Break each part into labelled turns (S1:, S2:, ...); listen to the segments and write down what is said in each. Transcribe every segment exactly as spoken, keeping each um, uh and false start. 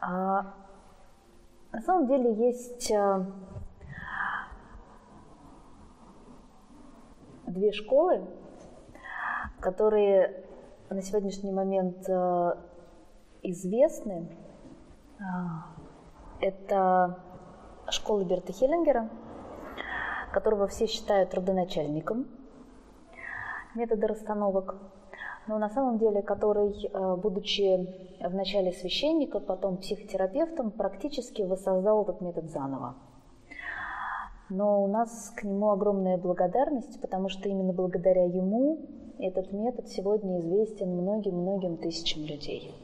S1: А, на самом деле есть а, две школы, которые на сегодняшний момент а, известны. А, это школа Берта Хеллингера, которого все считают родоначальником метода расстановок, но на самом деле который, будучи вначале священником, потом психотерапевтом, практически воссоздал этот метод заново. Но у нас к нему огромная благодарность, потому что именно благодаря ему этот метод сегодня известен многим-многим тысячам людей.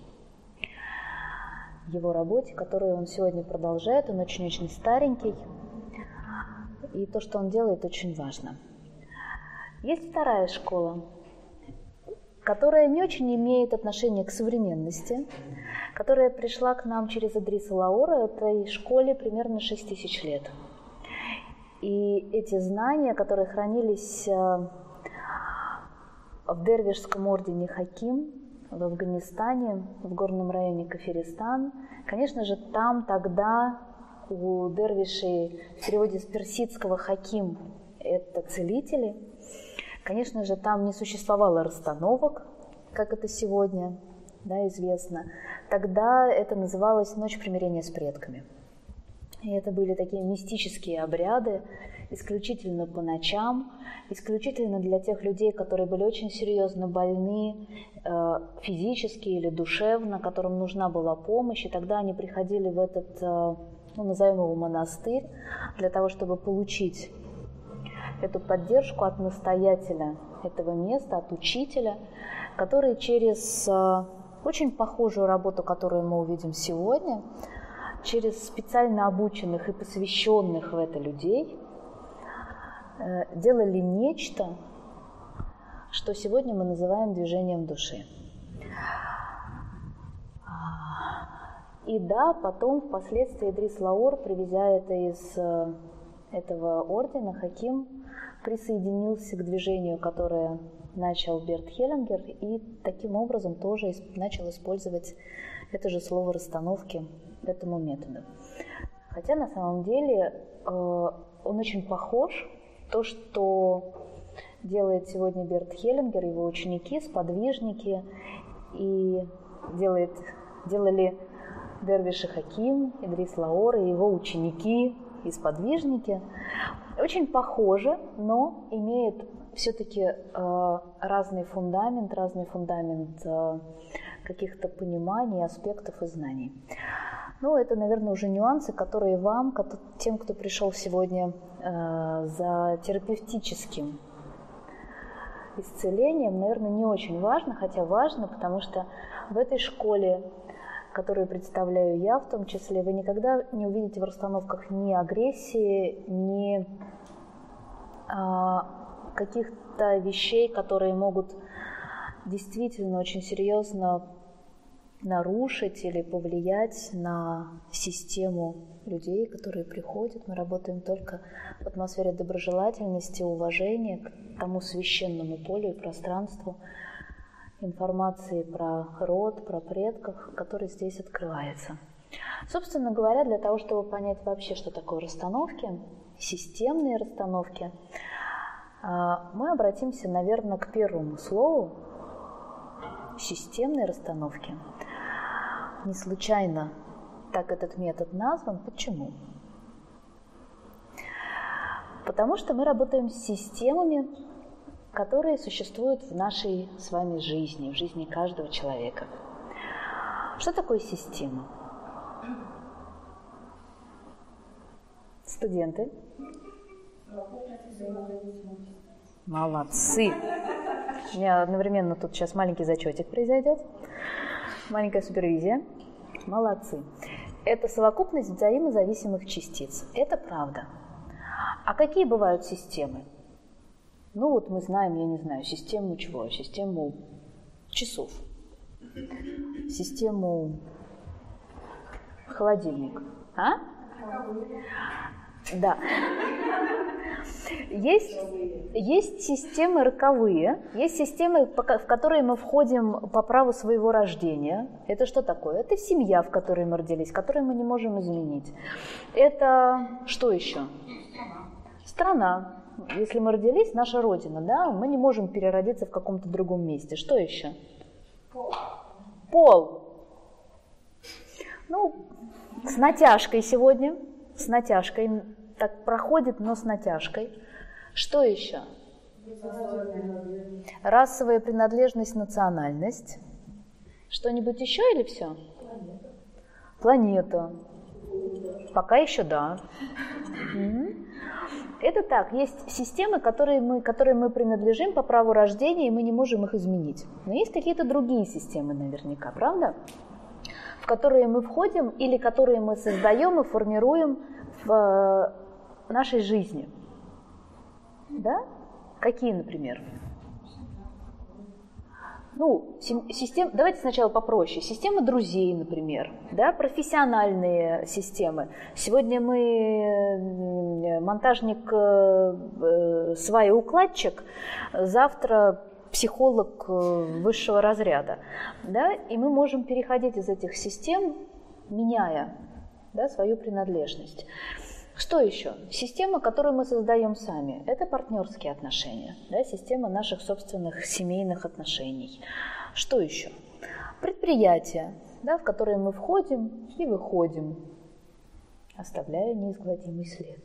S1: Его работе, которую он сегодня продолжает, он очень-очень старенький, и то, что он делает, очень важно. Есть вторая школа, которая не очень имеет отношения к современности, которая пришла к нам через Идриса Лаора, этой школе примерно шесть тысяч лет. И эти знания, которые хранились в дервишском ордене Хаким, в Афганистане, в горном районе Кафиристан. Конечно же, там тогда у дервишей в переводе с персидского «хаким» – это целители. Конечно же, там не существовало расстановок, как это сегодня, да, известно. Тогда это называлось «Ночь примирения с предками». И это были такие мистические обряды, исключительно по ночам, исключительно для тех людей, которые были очень серьезно больны э, физически или душевно, которым нужна была помощь. И тогда они приходили в этот, э, ну, назовем его монастырь, для того, чтобы получить эту поддержку от настоятеля этого места, от учителя, который через э, очень похожую работу, которую мы увидим сегодня, через специально обученных и посвященных в это людей, делали нечто, что сегодня мы называем движением души. И да, потом впоследствии Идрис Лаор, привезя это из этого ордена, Хаким присоединился к движению, которое начал Берт Хеллингер, и таким образом тоже начал использовать это же слово расстановки этому методу. Хотя на самом деле э, он очень похож. То, что делает сегодня Берт Хеллингер, его ученики, сподвижники, и делает, делали дервиши Хаким, Идрис Лаор и его ученики и сподвижники, очень похоже, но имеет все-таки э, разный фундамент, разный фундамент э, каких-то пониманий, аспектов и знаний. Ну, это, наверное, уже нюансы, которые вам, тем, кто пришел сегодня э, за терапевтическим исцелением, наверное, не очень важно, хотя важно, потому что в этой школе, которую представляю я в том числе, вы никогда не увидите в расстановках ни агрессии, ни э, каких-то вещей, которые могут действительно очень серьезно нарушить или повлиять на систему людей, которые приходят. Мы работаем только в атмосфере доброжелательности, уважения к тому священному полю и пространству информации про род, про предков, который здесь открывается. Собственно говоря, для того, чтобы понять вообще, что такое расстановки, системные расстановки, мы обратимся, наверное, к первому слову – системные расстановки. Не случайно так этот метод назван. Почему? Потому что мы работаем с системами, которые существуют в нашей с вами жизни, в жизни каждого человека. Что такое система? Студенты? Молодцы! У меня одновременно тут сейчас маленький зачетик произойдет. Маленькая супервизия. Молодцы. Это совокупность взаимозависимых частиц. Это правда. А какие бывают системы? Ну вот мы знаем, я не знаю, систему чего? Систему часов. Систему холодильник. А? Да. Есть, есть системы роковые, есть системы, в которые мы входим по праву своего рождения. Это что такое? Это семья, в которой мы родились, которую мы не можем изменить. Это что еще? Страна. Если мы родились, наша родина, да, мы не можем переродиться в каком-то другом месте. Что еще?
S2: Пол.
S1: Пол. Ну, с натяжкой сегодня, с натяжкой. Так проходит, но с натяжкой. Что еще? Расовая принадлежность, национальность. Что-нибудь еще или все? Планета. Планета. Пока еще да. Это так, есть системы, которые мы, которым мы принадлежим по праву рождения, и мы не можем их изменить. Но есть какие-то другие системы наверняка, правда? В которые мы входим или которые мы создаем и формируем в нашей жизни. Да? Какие, например? Ну, систем... давайте сначала попроще. Система друзей, например, да? Профессиональные системы. Сегодня мы монтажник, сваеукладчик, завтра психолог высшего разряда. Да? И мы можем переходить из этих систем, меняя, да, свою принадлежность. Что еще? Система, которую мы создаем сами, это партнерские отношения, да, система наших собственных семейных отношений. Что еще? Предприятия, да, в которые мы входим и выходим, оставляя неизгладимый след.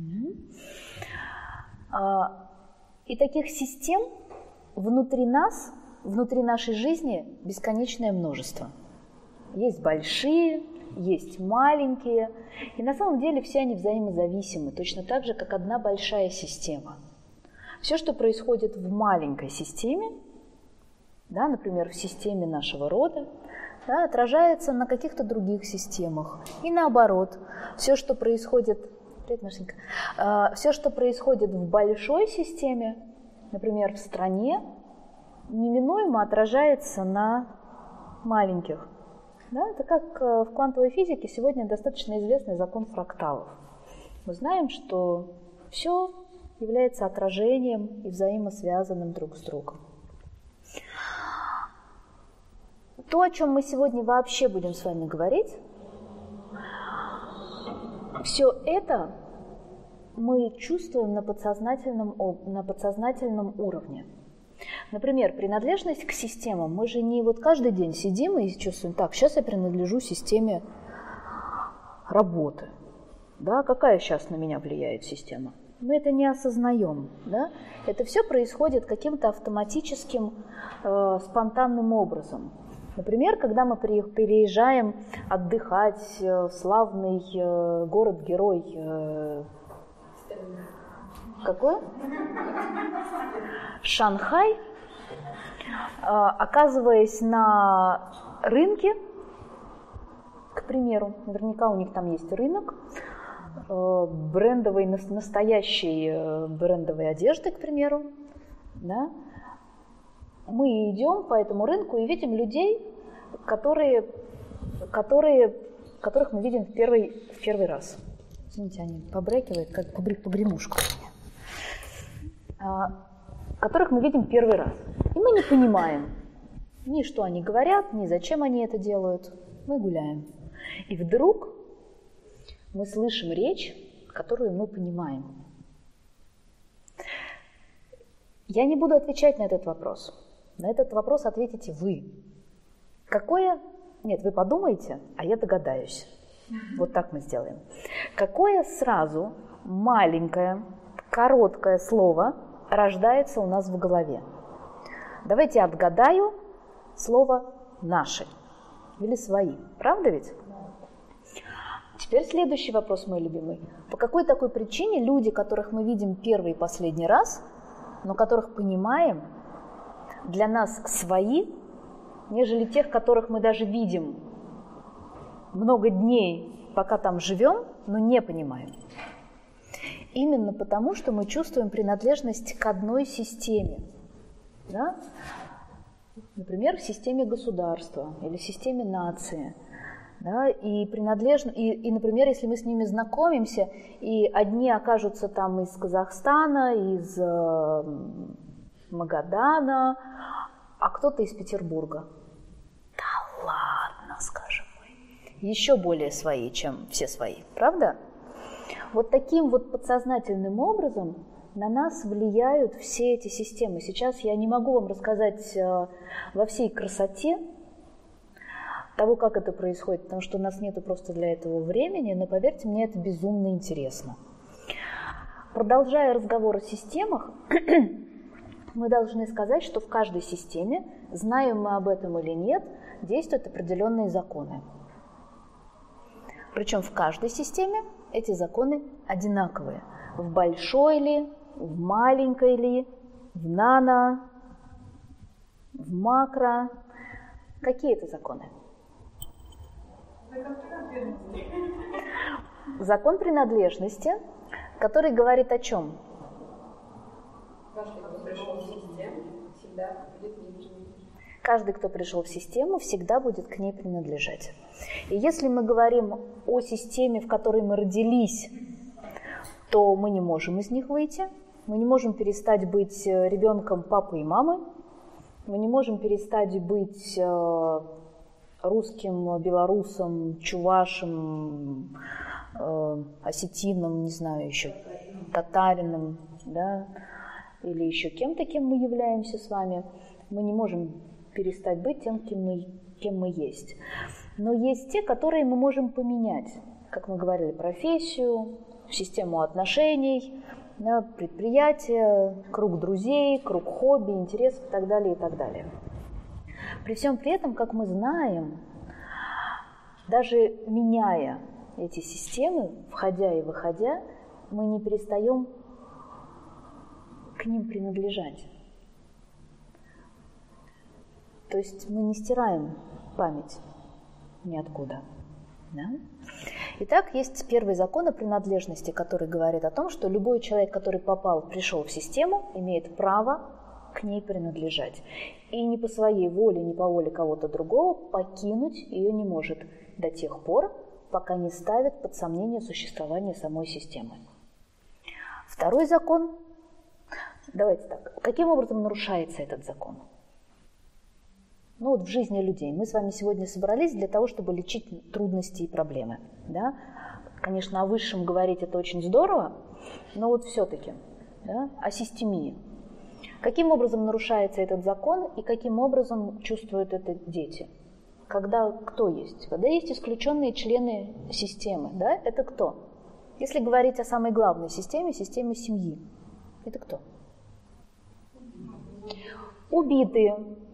S1: И таких систем внутри нас, внутри нашей жизни бесконечное множество. Есть большие, есть маленькие, и на самом деле все они взаимозависимы, точно так же, как одна большая система. Все, что происходит в маленькой системе, да, например, в системе нашего рода, да, отражается на каких-то других системах. И наоборот, все, что происходит, привет, Машенька, все, что происходит в большой системе, например, в стране, неминуемо отражается на маленьких. Да, это как в квантовой физике сегодня достаточно известный закон фракталов. Мы знаем, что все является отражением и взаимосвязанным друг с другом. То, о чем мы сегодня вообще будем с вами говорить, все это мы чувствуем на подсознательном, на подсознательном уровне. Например, принадлежность к системам. Мы же не вот каждый день сидим и чувствуем, так, сейчас я принадлежу системе работы. Да, какая сейчас на меня влияет система? Мы это не осознаем. Да? Это все происходит каким-то автоматическим, э, спонтанным образом. Например, когда мы переезжаем отдыхать в славный э, город-герой. Э, какой? Шанхай, оказываясь на рынке, к примеру, наверняка у них там есть рынок брендовой, настоящей брендовой одежды, к примеру, да? Мы идем по этому рынку и видим людей, которые, которые, которых мы видим в первый, в первый раз. Извините, они побрякивают, как погремушка. Которых мы видим первый раз. И мы не понимаем ни что они говорят, ни зачем они это делают. Мы гуляем. И вдруг мы слышим речь, которую мы понимаем. Я не буду отвечать на этот вопрос. На этот вопрос ответите вы. Какое... Нет, вы подумайте, а я догадаюсь. Вот так мы сделаем. Какое сразу маленькое, короткое слово рождается у нас в голове? Давайте отгадаю слово «наши» или «свои». Правда ведь? Теперь следующий вопрос, мой любимый. По какой такой причине люди, которых мы видим первый и последний раз, но которых понимаем, для нас свои, нежели тех, которых мы даже видим много дней, пока там живем, но не понимаем? Именно потому, что мы чувствуем принадлежность к одной системе. Да? Например, в системе государства или в системе нации. Да, и, принадлежно, и, и, например, если мы с ними знакомимся, и одни окажутся там из Казахстана, из э, Магадана, а кто-то из Петербурга. Да ладно, скажем мы. Еще более свои, чем все свои, правда? Вот таким вот подсознательным образом на нас влияют все эти системы. Сейчас я не могу вам рассказать э, во всей красоте того, как это происходит, потому что у нас нет просто для этого времени, но поверьте мне, это безумно интересно. Продолжая разговор о системах, мы должны сказать, что в каждой системе, знаем мы об этом или нет, действуют определенные законы. Причем в каждой системе эти законы одинаковые. В большой ли, в маленькой ли, в нано, в макро. Какие это законы? Закон принадлежности, который говорит о чем?
S2: Каждый, кто пришел в систему, всегда будет к ней принадлежать.
S1: Каждый, кто пришел в систему, всегда будет к ней принадлежать. И если мы говорим о системе, в которой мы родились, то мы не можем из них выйти. Мы не можем перестать быть ребенком папы и мамы. Мы не можем перестать быть русским, белорусом, чувашем, э, осетином, не знаю, еще татарином, да, или еще кем-то, кем мы являемся с вами. Мы не можем перестать быть тем, кем мы, кем мы есть. Но есть те, которые мы можем поменять, как мы говорили, профессию, систему отношений, да, предприятие, круг друзей, круг хобби, интересов и так далее, и так далее. При всем при этом, как мы знаем, даже меняя эти системы, входя и выходя, мы не перестаем к ним принадлежать. То есть мы не стираем память ниоткуда. Да? Итак, есть первый закон о принадлежности, который говорит о том, что любой человек, который попал, пришел в систему, имеет право к ней принадлежать. И ни по своей воле, ни по воле кого-то другого покинуть ее не может до тех пор, пока не ставит под сомнение существование самой системы. Второй закон. Давайте так. Каким образом нарушается этот закон? Ну вот в жизни людей. Мы с вами сегодня собрались для того, чтобы лечить трудности и проблемы. Да? Конечно, о высшем говорить это очень здорово, но вот все-таки, да, о системии. Каким образом нарушается этот закон и каким образом чувствуют это дети? Когда кто есть? Когда есть исключенные члены системы, да? Это кто? Если говорить о самой главной системе, системе семьи, это кто? Убитые.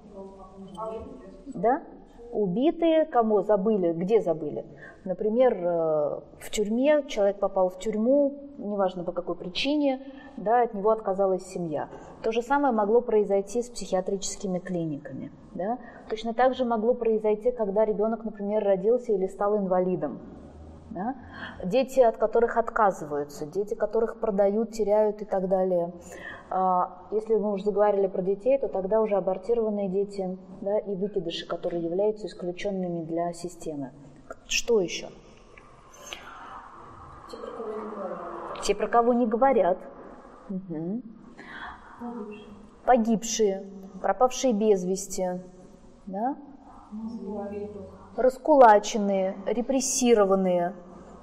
S1: Да? Убитые, кому забыли, где забыли? Например, в тюрьме, человек попал в тюрьму, неважно по какой причине, да, от него отказалась семья. То же самое могло произойти с психиатрическими клиниками. Да? Точно так же могло произойти, когда ребенок, например, родился или стал инвалидом. Да? Дети, от которых отказываются, дети, которых продают, теряют и так далее. Если мы уже заговорили про детей, то тогда уже абортированные дети, да, и выкидыши, которые являются исключенными для системы. Что еще?
S2: Те, про кого не говорят.
S1: Те, про кого не говорят. Угу. Погибшие, пропавшие без вести, да? Раскулаченные, репрессированные.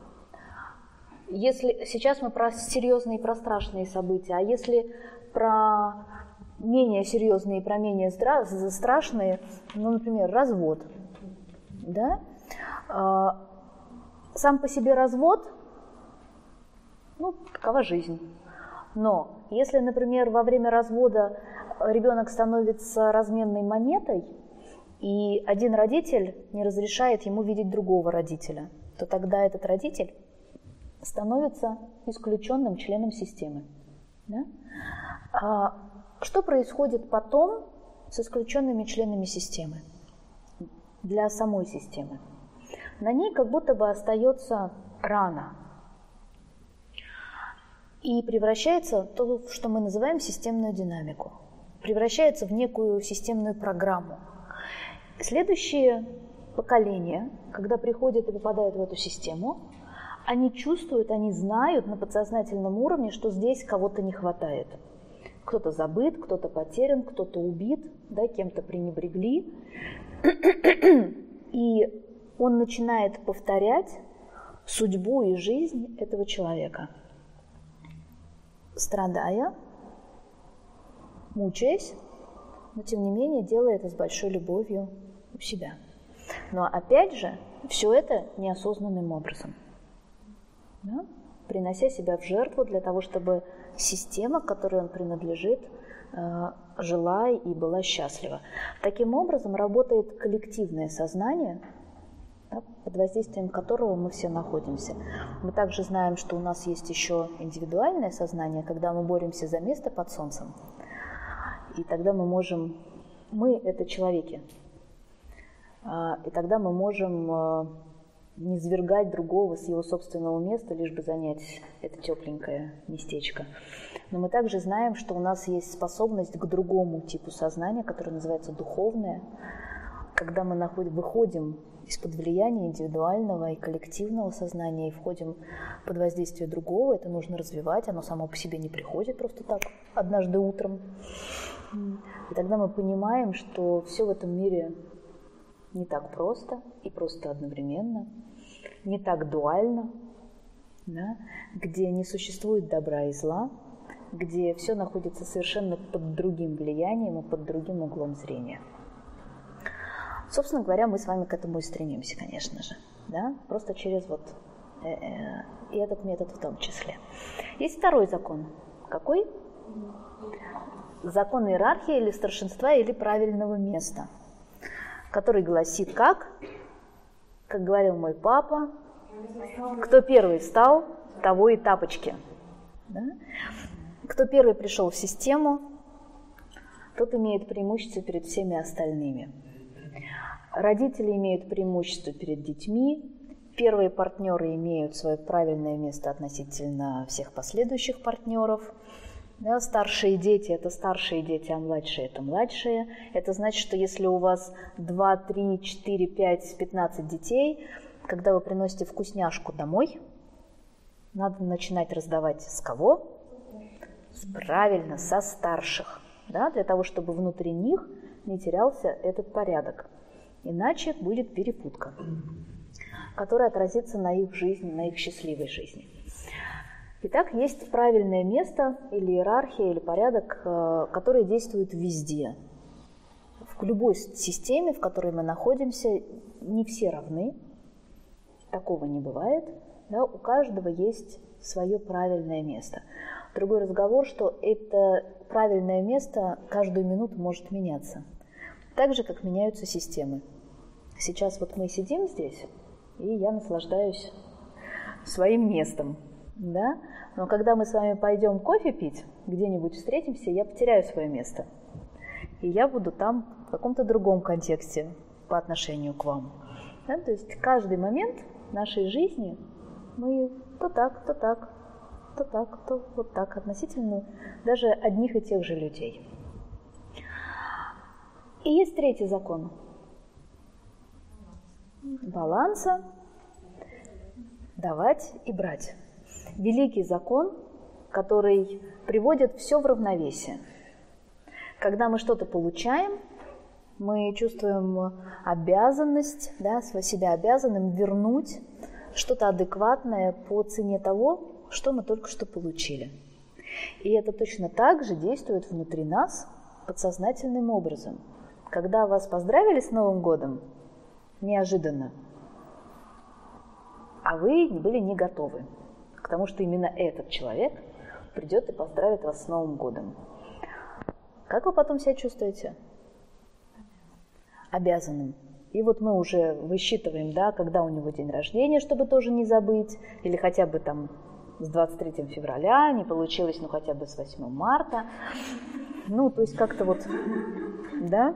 S1: Если сейчас мы про серьезные и про страшные события, а если про менее серьезные и про менее страшные, ну, например, развод, да? Сам по себе развод, ну, такова жизнь. Но если, например, во время развода ребенок становится разменной монетой, и один родитель не разрешает ему видеть другого родителя, то тогда этот родитель становится исключенным членом системы. Да? А что происходит потом с исключенными членами системы для самой системы? На ней как будто бы остается рана и превращается в то, что мы называем системную динамику, превращается в некую системную программу. Следующее поколения, когда приходят и попадают в эту систему, они чувствуют, они знают на подсознательном уровне, что здесь кого-то не хватает. Кто-то забыт, кто-то потерян, кто-то убит, да, кем-то пренебрегли. И он начинает повторять судьбу и жизнь этого человека, страдая, мучаясь, но тем не менее делая это с большой любовью у себя. Но опять же, все это неосознанным образом, да? Принося себя в жертву для того, чтобы система, к которой он принадлежит, жила и была счастлива. Таким образом работает коллективное сознание, да, под воздействием которого мы все находимся. Мы также знаем, что у нас есть еще индивидуальное сознание, когда мы боремся за место под солнцем. И тогда мы можем... Мы – это человеки. И тогда мы можем не свергать другого с его собственного места, лишь бы занять это тепленькое местечко. Но мы также знаем, что у нас есть способность к другому типу сознания, которое называется духовное, когда мы находим, выходим из-под влияния индивидуального и коллективного сознания и входим под воздействие другого. Это нужно развивать, оно само по себе не приходит просто так, однажды утром. И тогда мы понимаем, что все в этом мире не так просто и просто одновременно, не так дуально, да, где не существует добра и зла, где все находится совершенно под другим влиянием и под другим углом зрения. Собственно говоря, мы с вами к этому и стремимся, конечно же, да, просто через вот э, э, и этот метод в том числе. Есть второй закон. Какой? Закон иерархии или старшинства или правильного места, который гласит как? Как говорил мой папа, кто первый встал, того и тапочки. Да? Кто первый пришел в систему, тот имеет преимущество перед всеми остальными. Родители имеют преимущество перед детьми, первые партнеры имеют свое правильное место относительно всех последующих партнеров. Да, старшие дети – это старшие дети, а младшие – это младшие. Это значит, что если у вас два, три, четыре, пять, пятнадцать детей, когда вы приносите вкусняшку домой, надо начинать раздавать с кого? Правильно, со старших, да, для того, чтобы внутри них не терялся этот порядок. Иначе будет перепутка, которая отразится на их жизни, на их счастливой жизни. Итак, есть правильное место или иерархия, или порядок, который действует везде. В любой системе, в которой мы находимся, не все равны. Такого не бывает. Да? У каждого есть свое правильное место. Другой разговор, что это правильное место каждую минуту может меняться. Так же, как меняются системы. Сейчас вот мы сидим здесь, и я наслаждаюсь своим местом. Да? Но когда мы с вами пойдем кофе пить, где-нибудь встретимся, я потеряю свое место. И я буду там в каком-то другом контексте по отношению к вам. Да? То есть каждый момент нашей жизни мы то так, то так, то так, то вот так относительно даже одних и тех же людей. И есть третий закон баланса, давать и брать. Великий закон, который приводит все в равновесие. Когда мы что-то получаем, мы чувствуем обязанность, да, себя обязанным вернуть что-то адекватное по цене того, что мы только что получили. И это точно так же действует внутри нас подсознательным образом. Когда вас поздравили с Новым годом, неожиданно, а вы были не готовы к тому, что именно этот человек придет и поздравит вас с Новым годом. Как вы потом себя чувствуете? Обязанным. И вот мы уже высчитываем, да, когда у него день рождения, чтобы тоже не забыть, или хотя бы там с двадцать третьего февраля, не получилось, ну хотя бы с восьмого марта. Ну, то есть как-то вот, да.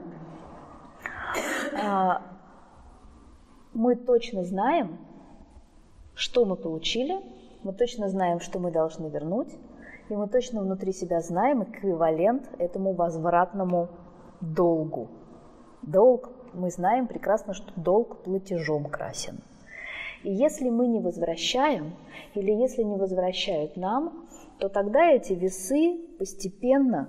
S1: А, мы точно знаем, что мы получили, мы точно знаем, что мы должны вернуть, и мы точно внутри себя знаем эквивалент этому возвратному долгу. Долг мы знаем прекрасно, что долг платежом красен. И если мы не возвращаем, или если не возвращают нам, то тогда эти весы постепенно,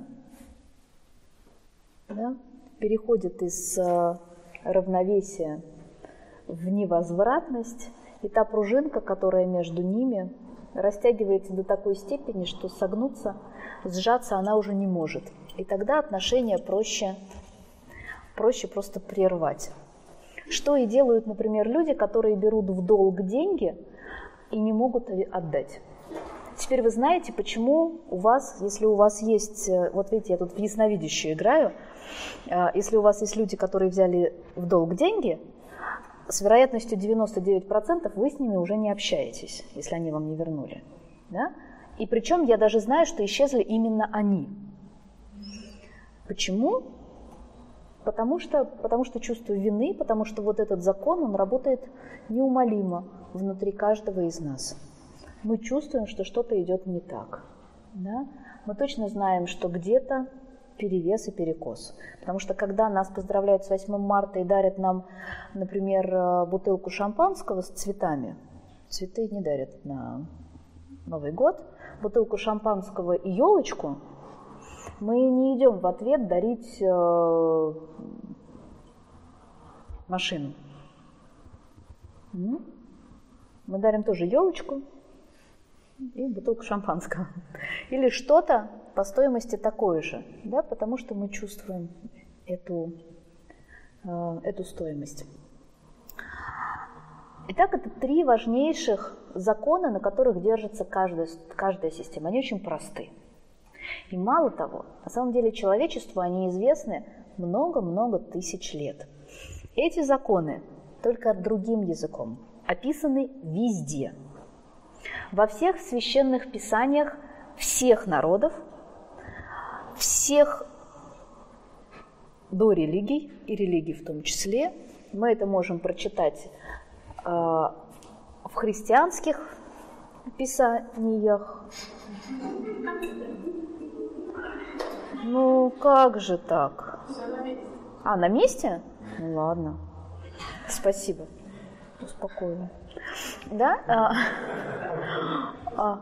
S1: да, переходят из равновесия в невозвратность, и та пружинка, которая между ними, растягивается до такой степени, что согнуться, сжаться она уже не может. И тогда отношения проще, проще просто прервать. Что и делают, например, люди, которые берут в долг деньги и не могут отдать. Теперь вы знаете, почему у вас, если у вас есть, вот видите, я тут в ясновидящую играю, если у вас есть люди, которые взяли в долг деньги, с вероятностью девяносто девять процентов вы с ними уже не общаетесь, если они вам не вернули. Да? И причем я даже знаю, что исчезли именно они. Почему? Потому что, потому что чувство вины, потому что вот этот закон, он работает неумолимо внутри каждого из нас. Мы чувствуем, что что-то идет не так. Да? Мы точно знаем, что где-то перевес и перекос. Потому что когда нас поздравляют с восьмым марта и дарят нам, например, бутылку шампанского с цветами, цветы не дарят на Новый год, бутылку шампанского и елочку, мы не идем в ответ дарить э, машину. Мы дарим тоже елочку и бутылку шампанского. Или что-то по стоимости такое же, да, потому что мы чувствуем эту, э, эту стоимость. Итак, это три важнейших закона, на которых держится каждая, каждая система. Они очень просты. И мало того, на самом деле человечеству они известны много-много тысяч лет. Эти законы, только другим языком, описаны везде. Во всех священных писаниях всех народов, всех до религий, и религий в том числе. Мы это можем прочитать э, в христианских писаниях. Ну, как же так? А, на месте? Ну, ладно. Спасибо. Успокоила. Да? А, а,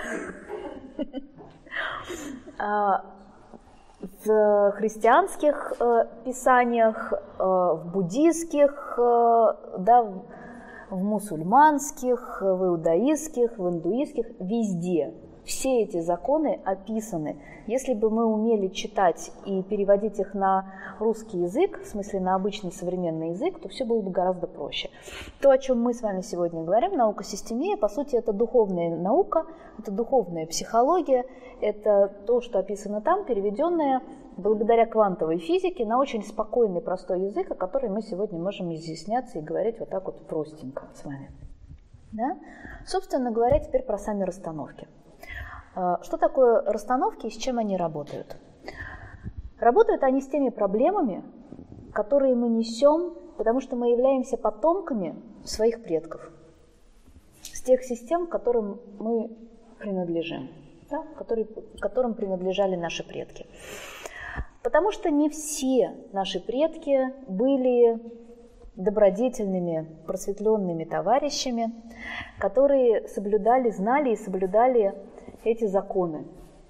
S1: а, в христианских э, писаниях, э, в буддийских, э, да, в, в мусульманских, в иудаистских, в индуистских, везде. Все эти законы описаны. Если бы мы умели читать и переводить их на русский язык, в смысле на обычный современный язык, то все было бы гораздо проще. То, о чем мы с вами сегодня говорим, наука системия, по сути, это духовная наука, это духовная психология, это то, что описано там, переведенное благодаря квантовой физике на очень спокойный, простой язык, о котором мы сегодня можем изъясняться и говорить вот так вот простенько с вами. Да? Собственно говоря, теперь про сами расстановки. Что такое расстановки и с чем они работают? Работают они с теми проблемами, которые мы несем, потому что мы являемся потомками своих предков, с тех систем, к которым мы принадлежим, да, которые, которым принадлежали наши предки. Потому что не все наши предки были добродетельными, просветленными товарищами, которые соблюдали, знали и соблюдали эти законы.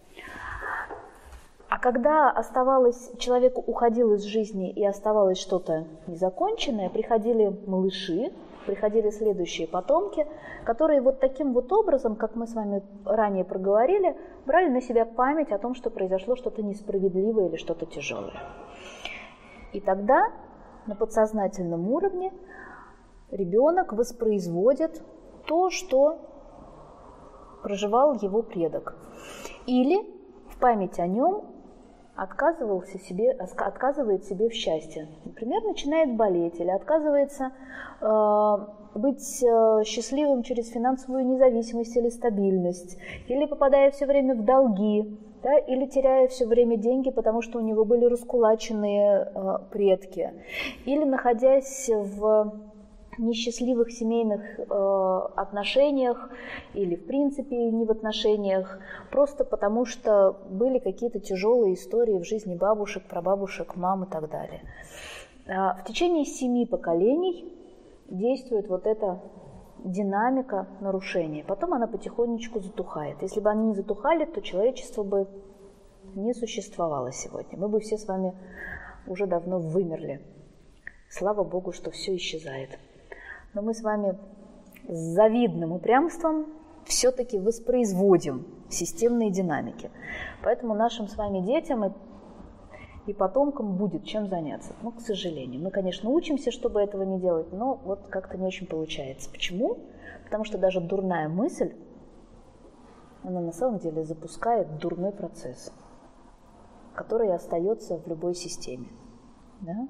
S1: А когда оставалось, человек уходил из жизни и оставалось что-то незаконченное, приходили малыши, приходили следующие потомки, которые вот таким вот образом, как мы с вами ранее проговорили, брали на себя память о том, что произошло что-то несправедливое или что-то тяжелое. И тогда на подсознательном уровне ребенок воспроизводит то, что проживал его предок. Или в память о нем отказывался себе, отказывает себе в счастье. Например, начинает болеть или отказывается э, быть э, счастливым через финансовую независимость или стабильность, или попадая все время в долги, да, или теряя все время деньги, потому что у него были раскулаченные э, предки, или находясь в несчастливых семейных э, отношениях или в принципе не в отношениях, просто потому что были какие-то тяжелые истории в жизни бабушек, прабабушек, мам и так далее. В течение семи поколений действует вот эта динамика нарушения. Потом она потихонечку затухает. Если бы они не затухали, то человечество бы не существовало сегодня. Мы бы все с вами уже давно вымерли. Слава Богу, что все исчезает. Но мы с вами с завидным упрямством все-таки воспроизводим системные динамики. Поэтому нашим с вами детям и, и потомкам будет чем заняться. Ну, к сожалению. Мы, конечно, учимся, чтобы этого не делать, но вот как-то не очень получается. Почему? Потому что даже дурная мысль, она на самом деле запускает дурной процесс, который остается в любой системе. Да?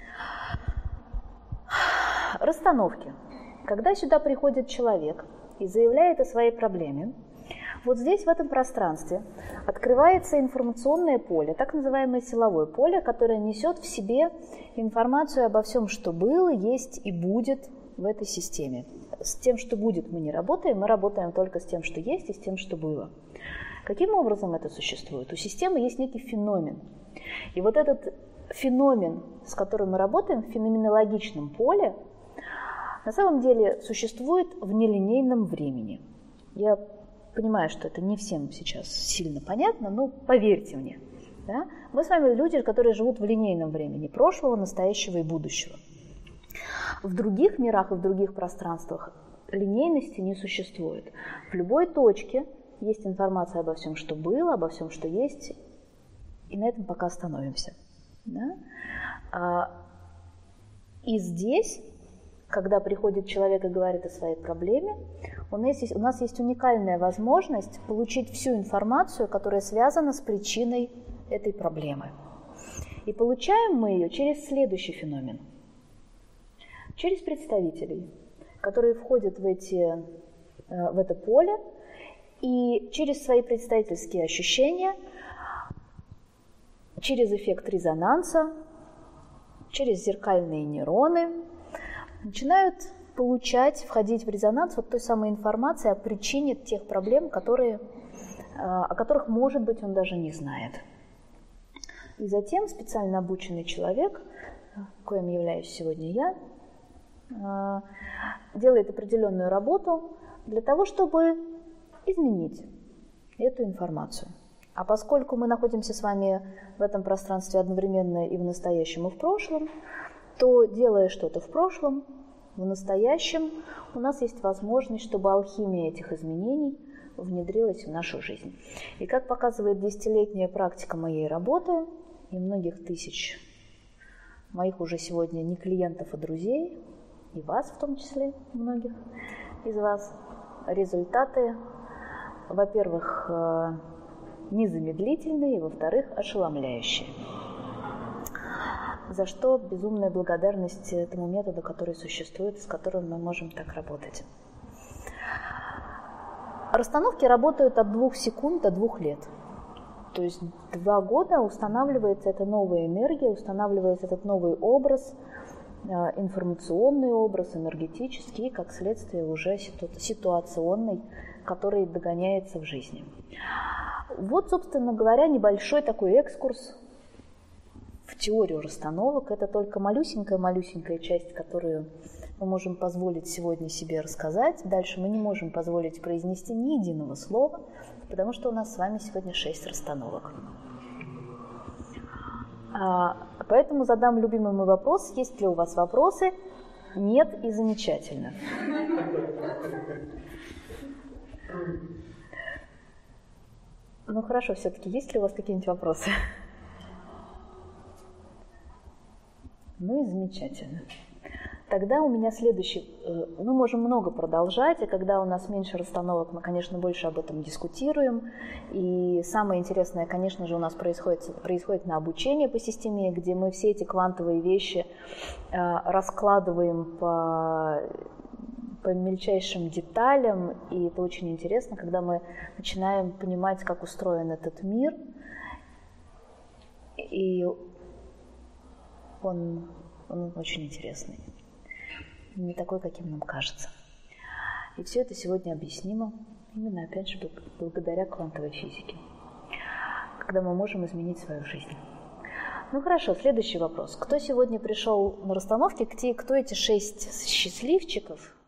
S1: Расстановки. Когда сюда приходит человек и заявляет о своей проблеме, вот здесь, в этом пространстве, открывается информационное поле, так называемое силовое поле, которое несет в себе информацию обо всем, что было, есть и будет в этой системе. С тем, что будет, мы не работаем, мы работаем только с тем, что есть, и с тем, что было. Каким образом это существует? У системы есть некий феномен. И вот этот феномен, с которым мы работаем в феноменологичном поле, на самом деле существует в нелинейном времени. Я понимаю, что это не всем сейчас сильно понятно, но поверьте мне. Да? Мы с вами люди, которые живут в линейном времени прошлого, настоящего и будущего. В других мирах и в других пространствах линейности не существует. В любой точке есть информация обо всем, что было, обо всем, что есть, и на этом пока остановимся. Да? И здесь, когда приходит человек и говорит о своей проблеме, у нас есть, у нас есть уникальная возможность получить всю информацию, которая связана с причиной этой проблемы. И получаем мы ее через следующий феномен. Через представителей, которые входят в, эти, в это поле, и через свои представительские ощущения, через эффект резонанса, через зеркальные нейроны, начинают получать, входить в резонанс вот той самой информации о причине тех проблем, которые, о которых, может быть, он даже не знает. И затем специально обученный человек, коим являюсь сегодня я, делает определенную работу для того, чтобы изменить эту информацию. А поскольку мы находимся с вами в этом пространстве одновременно и в настоящем, и в прошлом, то, делая что-то в прошлом, в настоящем, у нас есть возможность, чтобы алхимия этих изменений внедрилась в нашу жизнь. И как показывает десятилетняя практика моей работы и многих тысяч моих уже сегодня не клиентов, а друзей, и вас в том числе, многих из вас, результаты, во-первых, незамедлительные, и, во-вторых, ошеломляющие. За что безумная благодарность этому методу, который существует, с которым мы можем так работать. Расстановки работают от двух секунд до двух лет. То есть два года устанавливается эта новая энергия, устанавливается этот новый образ, информационный образ, энергетический, и, как следствие, уже ситуационный, который догоняется в жизни. Вот, собственно говоря, небольшой такой экскурс в теорию расстановок. Это только малюсенькая-малюсенькая часть, которую мы можем позволить сегодня себе рассказать. Дальше мы не можем позволить произнести ни единого слова, потому что у нас с вами сегодня шесть расстановок. Поэтому задам любимый мой вопрос. Есть ли у вас вопросы? Нет, и замечательно. Ну хорошо, все-таки есть ли у вас какие-нибудь вопросы? Ну и замечательно. Тогда у меня следующий... Мы можем много продолжать, и когда у нас меньше расстановок, мы, конечно, больше об этом дискутируем. И самое интересное, конечно же, у нас происходит, происходит на обучении по системе, где мы все эти квантовые вещи раскладываем по, по мельчайшим деталям. И это очень интересно, когда мы начинаем понимать, как устроен этот мир. И он, он очень интересный. Не такой, каким нам кажется. И все это сегодня объяснимо именно, опять же, благодаря квантовой физике, когда мы можем изменить свою жизнь. Ну хорошо, следующий вопрос. Кто сегодня пришел на расстановки, кто эти шесть счастливчиков,